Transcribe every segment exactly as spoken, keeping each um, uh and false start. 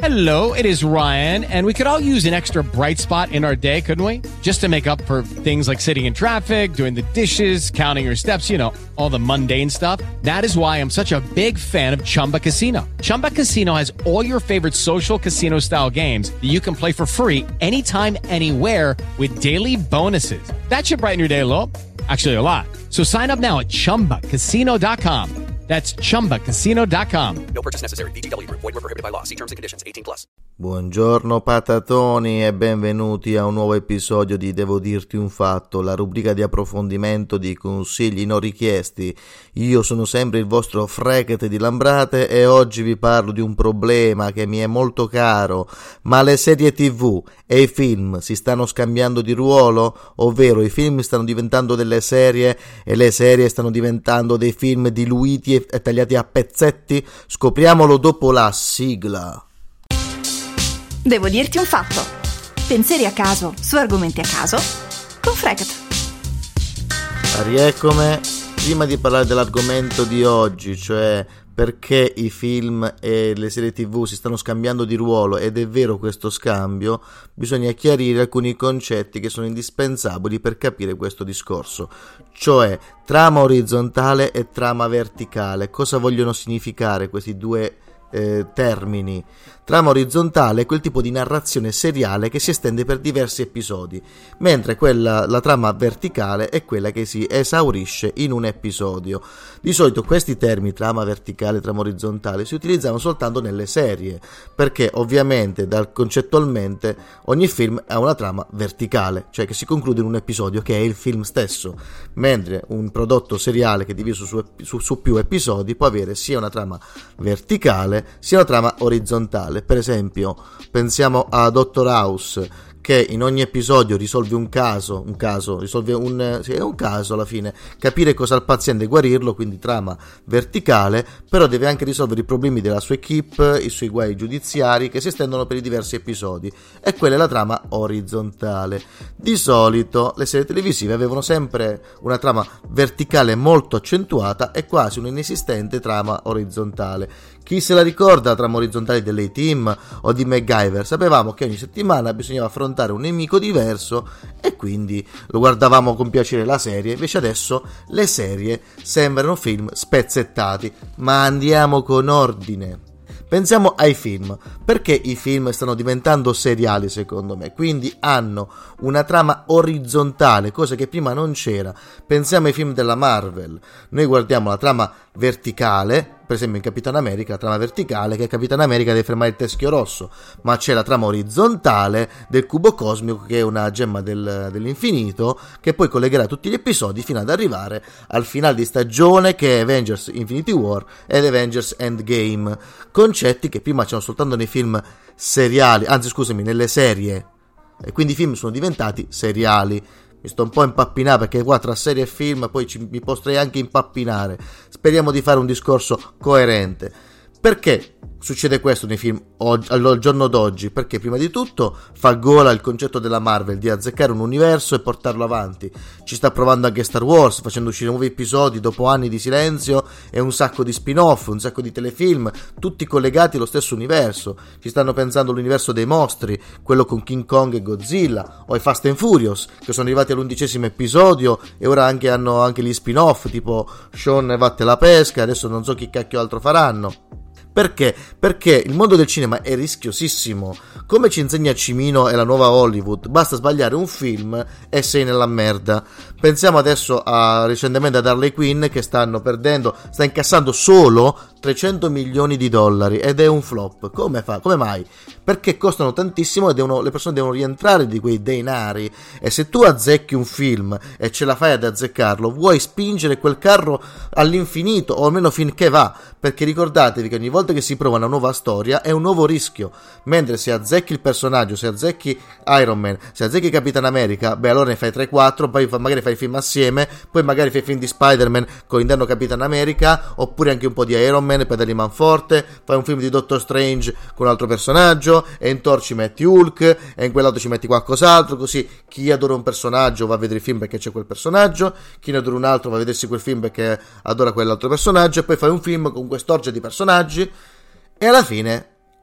Hello, it is Ryan, and we could all use an extra bright spot in our day, couldn't we? Just to make up for things like sitting in traffic, doing the dishes, counting your steps, you know, all the mundane stuff. That is why I'm such a big fan of Chumba Casino. Chumba Casino has all your favorite social casino-style games that you can play for free anytime, anywhere with daily bonuses. That should brighten your day a little. Actually, a lot. So sign up now at chumba casino dot com. That's chumba casino dot com. No purchase necessary. V G W Group. Void where prohibited by law. See terms and conditions. eighteen plus. Buongiorno patatoni e benvenuti a un nuovo episodio di Devo dirti un fatto, la rubrica di approfondimento di consigli non richiesti. Io sono sempre il vostro Frechet di Lambrate e oggi vi parlo di un problema che mi è molto caro. Ma le serie tv e i film si stanno scambiando di ruolo? Ovvero i film stanno diventando delle serie e le serie stanno diventando dei film diluiti e tagliati a pezzetti? Scopriamolo dopo la sigla. Devo dirti un fatto. Pensieri a caso su argomenti a caso con Frechet. Rieccomi. Prima di parlare dell'argomento di oggi, cioè perché i film e le serie tv si stanno scambiando di ruolo, ed è vero questo scambio, bisogna chiarire alcuni concetti che sono indispensabili per capire questo discorso, cioè trama orizzontale e trama verticale. Cosa vogliono significare questi due eh, termini? Trama orizzontale è quel tipo di narrazione seriale che si estende per diversi episodi, mentre quella, la trama verticale è quella che si esaurisce in un episodio. Di solito questi termini, trama verticale e trama orizzontale, si utilizzano soltanto nelle serie, perché ovviamente dal, concettualmente ogni film ha una trama verticale, cioè che si conclude in un episodio che è il film stesso, mentre un prodotto seriale che è diviso su, su, su più episodi può avere sia una trama verticale sia una trama orizzontale. Per esempio, pensiamo a Doctor House, che in ogni episodio risolve un caso, un caso, risolve un, sì, è un caso alla fine, capire cosa al paziente e guarirlo, quindi trama verticale, però deve anche risolvere i problemi della sua equipe, i suoi guai giudiziari che si estendono per i diversi episodi, e quella è la trama orizzontale. Di solito le serie televisive avevano sempre una trama verticale molto accentuata e quasi un'inesistente trama orizzontale. Chi se la ricorda la trama orizzontale dell'A-Team o di MacGyver? Sapevamo che ogni settimana bisognava affrontare un nemico diverso e quindi lo guardavamo con piacere la serie. Invece adesso le serie sembrano film spezzettati, ma andiamo con ordine. Pensiamo ai film. Perché i film stanno diventando seriali secondo me? Quindi hanno una trama orizzontale, cosa che prima non c'era. Pensiamo ai film della Marvel. Noi guardiamo la trama verticale, per esempio in Capitan America, la trama verticale che Capitan America deve fermare il teschio rosso, ma c'è la trama orizzontale del cubo cosmico, che è una gemma del, dell'infinito, che poi collegherà tutti gli episodi fino ad arrivare al finale di stagione, che è Avengers Infinity War ed Avengers Endgame, concetti che prima c'erano soltanto nei film seriali, anzi scusami, nelle serie, e quindi i film sono diventati seriali. Mi sto un po' impappinando perché qua tra serie e film poi ci, mi potrei anche impappinare. Speriamo di fare un discorso coerente. Perché succede questo nei film oggi, al giorno d'oggi? Perché prima di tutto fa gola il concetto della Marvel di azzeccare un universo e portarlo avanti. Ci sta provando anche Star Wars, facendo uscire nuovi episodi dopo anni di silenzio e un sacco di spin-off, un sacco di telefilm, tutti collegati allo stesso universo. Ci stanno pensando all'universo dei mostri, quello con King Kong e Godzilla, o i Fast and Furious, che sono arrivati all'undicesimo episodio e ora anche hanno anche gli spin-off tipo Sean e Vatte la pesca, adesso non so chi cacchio altro faranno. Perché? Perché il mondo del cinema è rischiosissimo. Come ci insegna Cimino e la nuova Hollywood, basta sbagliare un film e sei nella merda. Pensiamo adesso a recentemente ad Harley Quinn, che stanno perdendo, sta incassando solo trecento milioni di dollari ed è un flop. Come fa? Come mai? Perché costano tantissimo e devono, le persone devono rientrare di quei denari, e se tu azzecchi un film e ce la fai ad azzeccarlo, vuoi spingere quel carro all'infinito, o almeno finché va, perché ricordatevi che ogni volta che si prova una nuova storia è un nuovo rischio, mentre se azzecchi il personaggio, se azzecchi Iron Man, se azzecchi Capitan America, beh allora ne fai tre quattro, poi magari fai film assieme, poi magari fai film di Spider-Man con l'interno Capitan America, oppure anche un po' di Iron Man per dargli manforte, fai un film di Doctor Strange con un altro personaggio, e in Thor ci metti Hulk e in quell'altro ci metti qualcos'altro, così chi adora un personaggio va a vedere il film perché c'è quel personaggio, chi ne adora un altro va a vedersi quel film perché adora quell'altro personaggio, e poi fai un film con quest'orgia di personaggi e alla fine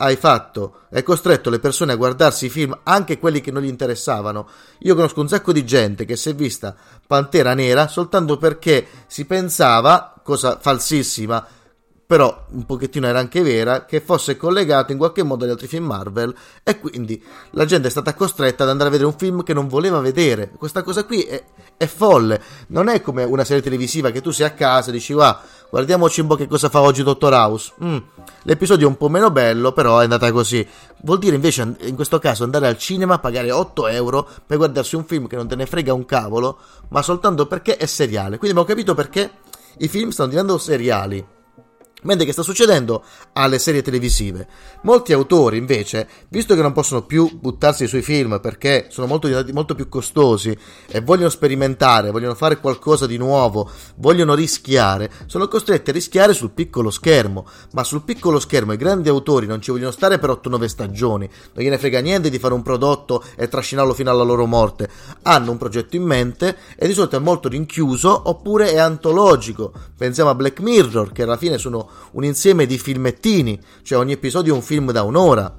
hai fatto, hai costretto le persone a guardarsi i film, anche quelli che non gli interessavano. Io conosco un sacco di gente che si è vista Pantera Nera soltanto perché si pensava, cosa falsissima, però un pochettino era anche vera, che fosse collegato in qualche modo agli altri film Marvel, e quindi la gente è stata costretta ad andare a vedere un film che non voleva vedere. Questa cosa qui è, è folle. Non è come una serie televisiva che tu sei a casa e dici va, guardiamoci un po' che cosa fa oggi Dottor House. Mm, l'episodio è un po' meno bello, però è andata così. Vuol dire invece in questo caso andare al cinema, pagare otto euro per guardarsi un film che non te ne frega un cavolo, ma soltanto perché è seriale. Quindi abbiamo capito perché i film stanno diventando seriali. Mentre che sta succedendo alle serie televisive? Molti autori invece, visto che non possono più buttarsi sui film perché sono molto, molto più costosi e vogliono sperimentare, vogliono fare qualcosa di nuovo, vogliono rischiare, sono costretti a rischiare sul piccolo schermo. Ma sul piccolo schermo i grandi autori non ci vogliono stare per otto nove stagioni, non gliene frega niente di fare un prodotto e trascinarlo fino alla loro morte. Hanno un progetto in mente e di solito è molto rinchiuso oppure è antologico. Pensiamo a Black Mirror, che alla fine sono un insieme di filmettini, cioè ogni episodio è un film da un'ora.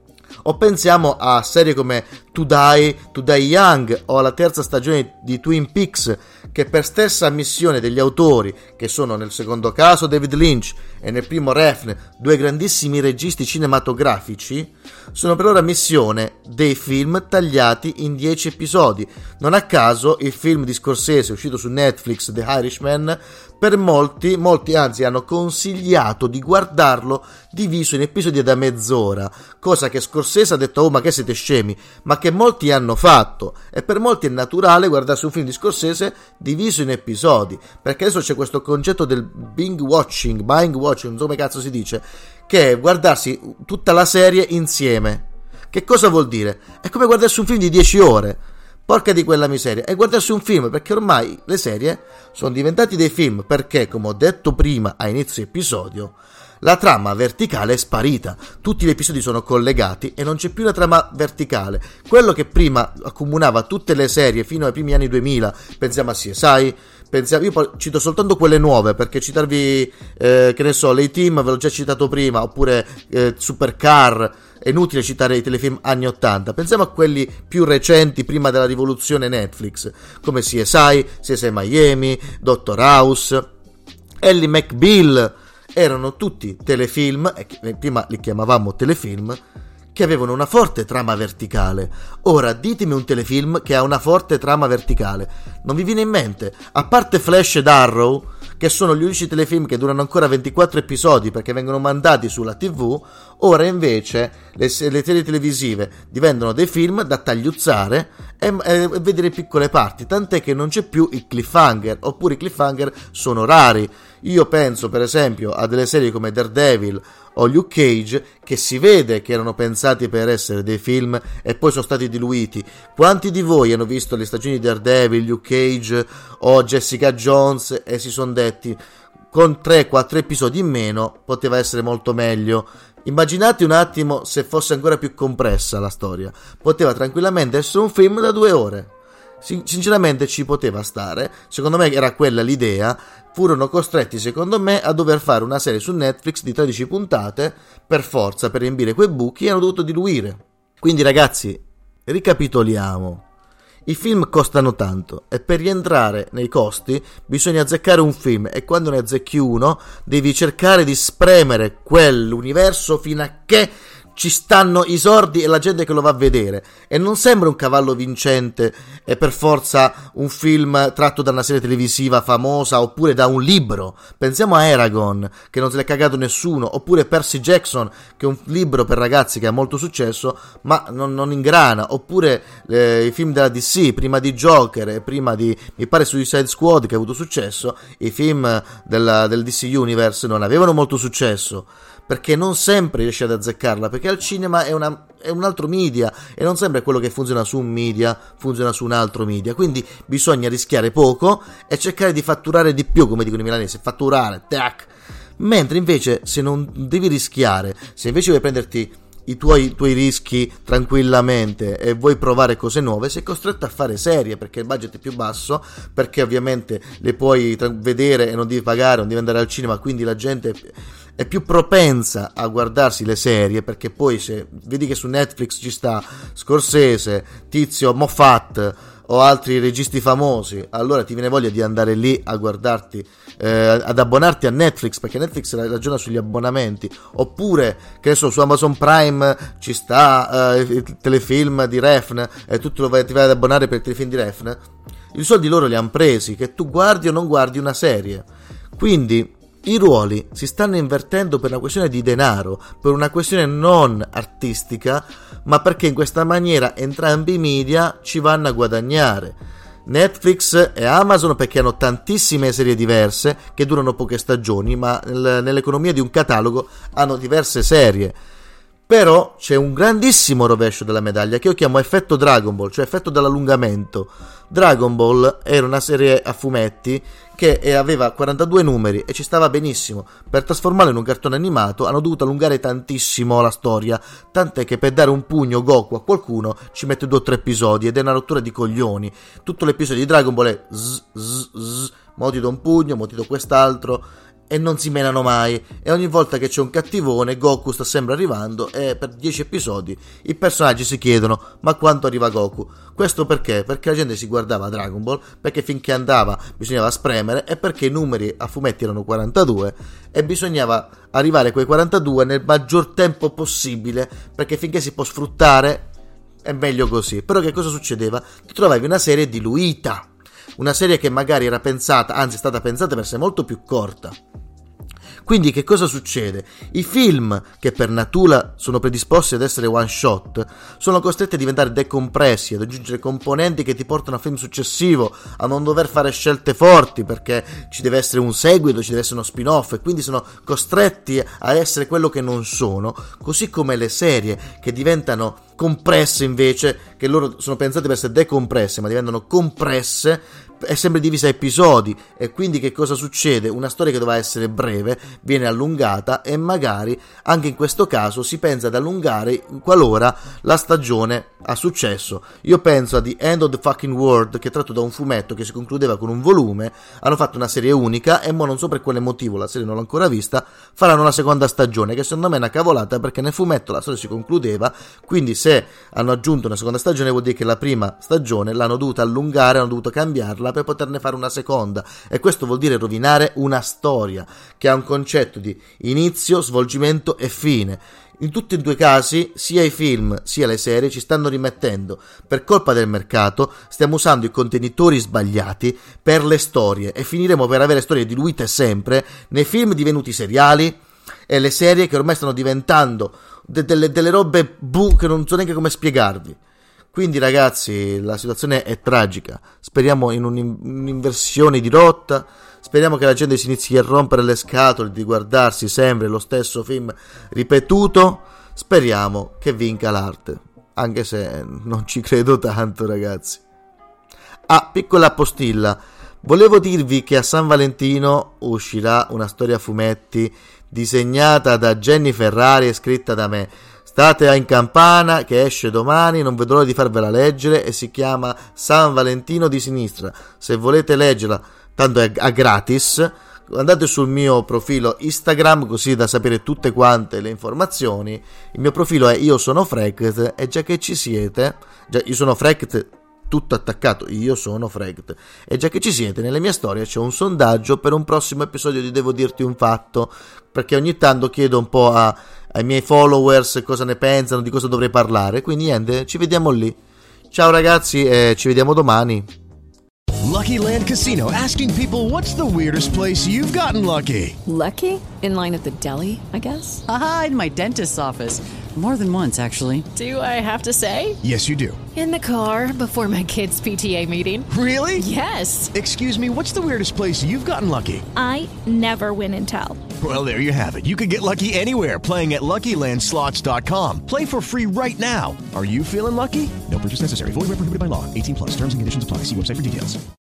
O pensiamo a serie come To Die, To Die Young o alla terza stagione di Twin Peaks, che per stessa ammissione degli autori, che sono nel secondo caso David Lynch e nel primo Refn, due grandissimi registi cinematografici, sono per loro ammissione dei film tagliati in dieci episodi. Non a caso il film di Scorsese uscito su Netflix, The Irishman, per molti, molti anzi hanno consigliato di guardarlo diviso in episodi da mezz'ora, cosa che Scorsese ha detto oh ma che siete scemi, ma che molti hanno fatto, e per molti è naturale guardarsi un film di Scorsese diviso in episodi, perché adesso c'è questo concetto del binge watching, binge watching, non so come cazzo si dice, che è guardarsi tutta la serie insieme. Che cosa vuol dire? È come guardarsi un film di dieci ore. Porca di quella miseria, e guardarsi un film, perché ormai le serie sono diventati dei film, perché come ho detto prima a inizio episodio, la trama verticale è sparita, tutti gli episodi sono collegati e non c'è più una trama verticale. Quello che prima accomunava tutte le serie fino ai primi anni duemila, pensiamo a C S I, pensiamo, io cito soltanto quelle nuove perché citarvi eh, che ne so, l'A-Team ve l'ho già citato prima, oppure eh, Supercar. È inutile citare i telefilm anni ottanta, pensiamo a quelli più recenti prima della rivoluzione Netflix, come C S I, C S I Miami, Dottor House, Ellie McBeal. Erano tutti telefilm, e prima li chiamavamo telefilm, che avevano una forte trama verticale. Ora ditemi un telefilm che ha una forte trama verticale. Non vi viene in mente, a parte Flash ed Arrow, che sono gli unici telefilm che durano ancora ventiquattro episodi perché vengono mandati sulla tivù. Ora invece le, le serie televisive diventano dei film da tagliuzzare e, e vedere piccole parti, tant'è che non c'è più il cliffhanger, oppure i cliffhanger sono rari. Io penso per esempio a delle serie come Daredevil o Luke Cage, che si vede che erano pensati per essere dei film e poi sono stati diluiti. Quanti di voi hanno visto le stagioni di Daredevil, Luke Cage o Jessica Jones e si sono detti con tre quattro episodi in meno poteva essere molto meglio? Immaginate un attimo se fosse ancora più compressa la storia, poteva tranquillamente essere un film da due ore. Sinceramente ci poteva stare, secondo me era quella l'idea. Furono costretti secondo me a dover fare una serie su Netflix di tredici puntate per forza, per riempire quei buchi, e hanno dovuto diluire. Quindi ragazzi, ricapitoliamo. I film costano tanto e per rientrare nei costi bisogna azzeccare un film, e quando ne azzecchi uno devi cercare di spremere quell'universo fino a che ci stanno i sordi e la gente che lo va a vedere, e non sembra un cavallo vincente e per forza un film tratto da una serie televisiva famosa oppure da un libro. Pensiamo a Eragon, che non se l'è cagato nessuno, oppure Percy Jackson, che è un libro per ragazzi che ha molto successo ma non, non ingrana, oppure eh, i film della D C, prima di Joker e prima di, mi pare, Suicide Squad, che ha avuto successo. I film della, del D C Universe non avevano molto successo perché non sempre riesce ad azzeccarla, perché al cinema è, una, è un altro media e non sempre quello che funziona su un media funziona su un altro media, quindi bisogna rischiare poco e cercare di fatturare di più, come dicono i milanesi, fatturare, tac. Mentre invece se non devi rischiare, se invece vuoi prenderti i tuoi, i tuoi rischi tranquillamente e vuoi provare cose nuove, sei costretto a fare serie perché il budget è più basso, perché ovviamente le puoi tra- vedere e non devi pagare, non devi andare al cinema, quindi la gente è più propensa a guardarsi le serie, perché poi se vedi che su Netflix ci sta Scorsese, Tizio Moffat o altri registi famosi, allora ti viene voglia di andare lì a guardarti, eh, ad abbonarti a Netflix, perché Netflix ragiona sugli abbonamenti. Oppure, che ne so, su Amazon Prime ci sta eh, il telefilm di Refn e tu te lo vai, ti vai ad abbonare per il telefilm di Refn. I soldi loro li hanno presi, che tu guardi o non guardi una serie. Quindi i ruoli si stanno invertendo per una questione di denaro, per una questione non artistica, ma perché in questa maniera entrambi i media ci vanno a guadagnare. Netflix e Amazon perché hanno tantissime serie diverse che durano poche stagioni, ma nel, nell'economia di un catalogo hanno diverse serie. Però c'è un grandissimo rovescio della medaglia che io chiamo effetto Dragon Ball, cioè effetto dell'allungamento. Dragon Ball era una serie a fumetti che aveva quarantadue numeri e ci stava benissimo. Per trasformarlo in un cartone animato hanno dovuto allungare tantissimo la storia, tant'è che per dare un pugno Goku a qualcuno ci mette due o tre episodi ed è una rottura di coglioni. Tutto l'episodio di Dragon Ball è zzz, zzz, zzz, mo ti do un pugno, mo ti do quest'altro, e non si menano mai, e ogni volta che c'è un cattivone Goku sta sempre arrivando e per dieci episodi i personaggi si chiedono ma quanto arriva Goku. Questo perché? Perché la gente si guardava Dragon Ball, perché finché andava bisognava spremere e perché i numeri a fumetti erano quarantadue e bisognava arrivare a quei quarantadue nel maggior tempo possibile, perché finché si può sfruttare è meglio così. Però che cosa succedeva? Ti trovavi una serie diluita, una serie che magari era pensata, anzi è stata pensata per essere molto più corta. Quindi che cosa succede? I film che per natura sono predisposti ad essere one shot sono costretti a diventare decompressi, ad aggiungere componenti che ti portano a film successivo, a non dover fare scelte forti perché ci deve essere un seguito, ci deve essere uno spin-off, e quindi sono costretti a essere quello che non sono, così come le serie che diventano compresse invece, che loro sono pensate per essere decompresse ma diventano compresse, è sempre divisa a episodi, e quindi che cosa succede? Una storia che doveva essere breve viene allungata e magari anche in questo caso si pensa ad allungare qualora la stagione ha successo. Io penso a The End of the Fucking World, che è tratto da un fumetto che si concludeva con un volume, hanno fatto una serie unica e mo non so per quale motivo, la serie non l'ho ancora vista, faranno una seconda stagione che secondo me è una cavolata, perché nel fumetto la storia si concludeva, quindi se hanno aggiunto una seconda stagione vuol dire che la prima stagione l'hanno dovuta allungare, hanno dovuto cambiarla per poterne fare una seconda, e questo vuol dire rovinare una storia che ha un concetto di inizio, svolgimento e fine. In tutti e due i casi, sia i film sia le serie ci stanno rimettendo, per colpa del mercato stiamo usando i contenitori sbagliati per le storie e finiremo per avere storie diluite sempre nei film divenuti seriali e le serie che ormai stanno diventando de- delle, delle robe bu che non so neanche come spiegarvi. Quindi ragazzi, la situazione è tragica, speriamo in un'inversione di rotta, speriamo che la gente si inizi a rompere le scatole di guardarsi sempre lo stesso film ripetuto, speriamo che vinca l'arte, anche se non ci credo tanto ragazzi. Ah, piccola postilla, volevo dirvi che a San Valentino uscirà una storia a fumetti disegnata da Jenny Ferrari e scritta da me. State in campana che esce domani, non vedo l'ora di farvela leggere, e si chiama San Valentino di Sinistra. Se volete leggerla, tanto è a gratis, andate sul mio profilo Instagram così da sapere tutte quante le informazioni. Il mio profilo è Io sono Fregt, e già che ci siete, già, io sono Fregt tutto attaccato, io sono Fregt, e già che ci siete, nelle mie storie c'è un sondaggio per un prossimo episodio di Devo dirti un fatto, perché ogni tanto chiedo un po' a, ai miei followers cosa ne pensano, di cosa dovrei parlare, quindi niente, ci vediamo lì. Ciao ragazzi e ci vediamo domani. Lucky Land Casino, asking people, what's the weirdest place you've gotten lucky? Lucky? In line at the deli, I guess? Aha, in my dentist's office. More than once, actually. Do I have to say? Yes, you do. In the car before my kids' P T A meeting. Really? Yes. Excuse me, what's the weirdest place you've gotten lucky? I never win and tell. Well, there you have it. You can get lucky anywhere, playing at Lucky Land Slots dot com. Play for free right now. Are you feeling lucky? No purchase necessary. Void where prohibited by law. eighteen plus. Terms and conditions apply. See website for details.